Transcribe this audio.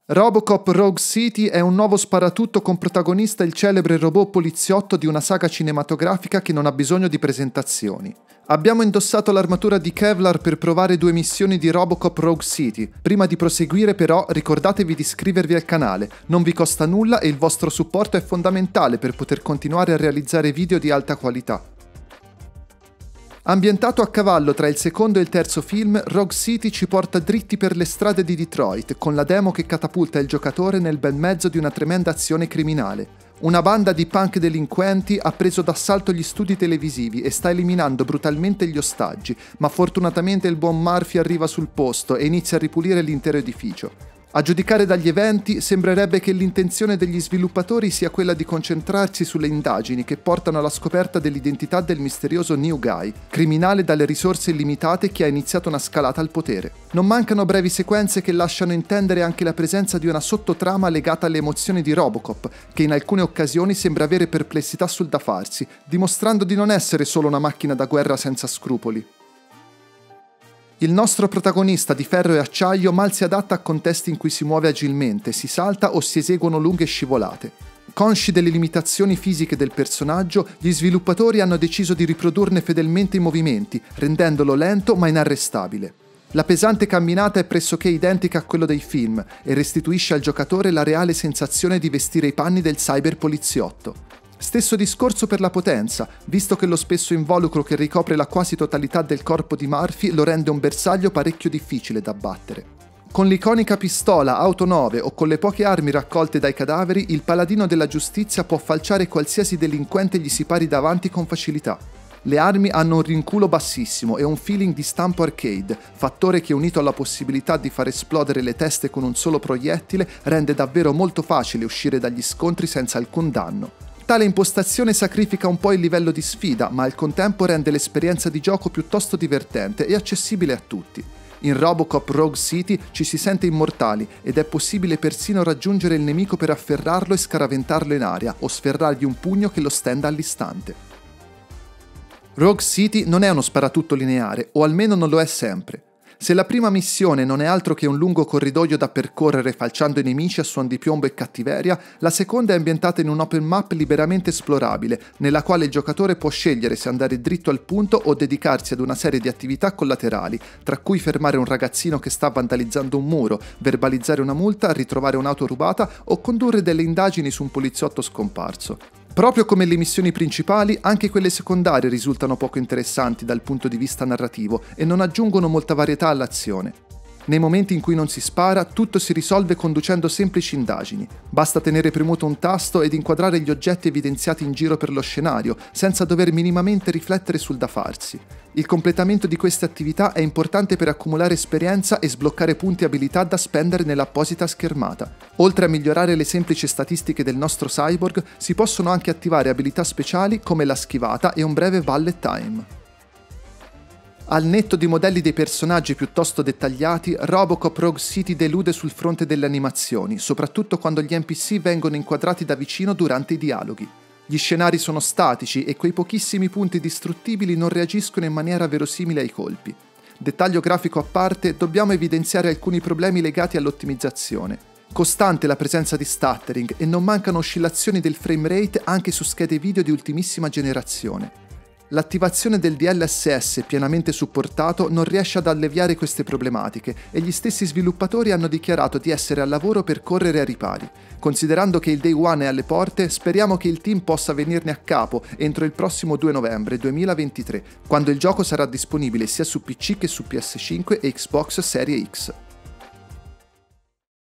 Robocop Rogue City è un nuovo sparatutto con protagonista il celebre robot poliziotto di una saga cinematografica che non ha bisogno di presentazioni. Abbiamo indossato l'armatura di Kevlar per provare 2 missioni di Robocop Rogue City. Prima di proseguire però ricordatevi di iscrivervi al canale, non vi costa nulla e il vostro supporto è fondamentale per poter continuare a realizzare video di alta qualità. Ambientato a cavallo tra il secondo e il terzo film, Rogue City ci porta dritti per le strade di Detroit, con la demo che catapulta il giocatore nel bel mezzo di una tremenda azione criminale. Una banda di punk delinquenti ha preso d'assalto gli studi televisivi e sta eliminando brutalmente gli ostaggi, ma fortunatamente il buon Murphy arriva sul posto e inizia a ripulire l'intero edificio. A giudicare dagli eventi, sembrerebbe che l'intenzione degli sviluppatori sia quella di concentrarsi sulle indagini che portano alla scoperta dell'identità del misterioso New Guy, criminale dalle risorse illimitate che ha iniziato una scalata al potere. Non mancano brevi sequenze che lasciano intendere anche la presenza di una sottotrama legata alle emozioni di Robocop, che in alcune occasioni sembra avere perplessità sul da farsi, dimostrando di non essere solo una macchina da guerra senza scrupoli. Il nostro protagonista di ferro e acciaio mal si adatta a contesti in cui si muove agilmente, si salta o si eseguono lunghe scivolate. Consci delle limitazioni fisiche del personaggio, gli sviluppatori hanno deciso di riprodurne fedelmente i movimenti, rendendolo lento ma inarrestabile. La pesante camminata è pressoché identica a quello dei film e restituisce al giocatore la reale sensazione di vestire i panni del cyberpoliziotto. Stesso discorso per la potenza, visto che lo spesso involucro che ricopre la quasi totalità del corpo di Murphy lo rende un bersaglio parecchio difficile da battere. Con l'iconica pistola Auto 9 o con le poche armi raccolte dai cadaveri, il paladino della giustizia può falciare qualsiasi delinquente gli si pari davanti con facilità. Le armi hanno un rinculo bassissimo e un feeling di stampo arcade, fattore che unito alla possibilità di far esplodere le teste con un solo proiettile rende davvero molto facile uscire dagli scontri senza alcun danno. Tale impostazione sacrifica un po' il livello di sfida, ma al contempo rende l'esperienza di gioco piuttosto divertente e accessibile a tutti. In Robocop Rogue City ci si sente immortali ed è possibile persino raggiungere il nemico per afferrarlo e scaraventarlo in aria o sferrargli un pugno che lo stenda all'istante. Rogue City non è uno sparatutto lineare, o almeno non lo è sempre. Se la prima missione non è altro che un lungo corridoio da percorrere falciando i nemici a suon di piombo e cattiveria, la seconda è ambientata in un open map liberamente esplorabile, nella quale il giocatore può scegliere se andare dritto al punto o dedicarsi ad una serie di attività collaterali, tra cui fermare un ragazzino che sta vandalizzando un muro, verbalizzare una multa, ritrovare un'auto rubata o condurre delle indagini su un poliziotto scomparso. Proprio come le missioni principali, anche quelle secondarie risultano poco interessanti dal punto di vista narrativo e non aggiungono molta varietà all'azione. Nei momenti in cui non si spara, tutto si risolve conducendo semplici indagini. Basta tenere premuto un tasto ed inquadrare gli oggetti evidenziati in giro per lo scenario, senza dover minimamente riflettere sul da farsi. Il completamento di queste attività è importante per accumulare esperienza e sbloccare punti e abilità da spendere nell'apposita schermata. Oltre a migliorare le semplici statistiche del nostro cyborg, si possono anche attivare abilità speciali come la schivata e un breve bullet time. Al netto di modelli dei personaggi piuttosto dettagliati, Robocop Rogue City delude sul fronte delle animazioni, soprattutto quando gli NPC vengono inquadrati da vicino durante i dialoghi. Gli scenari sono statici e quei pochissimi punti distruttibili non reagiscono in maniera verosimile ai colpi. Dettaglio grafico a parte, dobbiamo evidenziare alcuni problemi legati all'ottimizzazione. Costante la presenza di stuttering e non mancano oscillazioni del frame rate anche su schede video di ultimissima generazione. L'attivazione del DLSS pienamente supportato non riesce ad alleviare queste problematiche e gli stessi sviluppatori hanno dichiarato di essere al lavoro per correre ai ripari. Considerando che il Day One è alle porte, speriamo che il team possa venirne a capo entro il prossimo 2 novembre 2023, quando il gioco sarà disponibile sia su PC che su PS5 e Xbox Series X.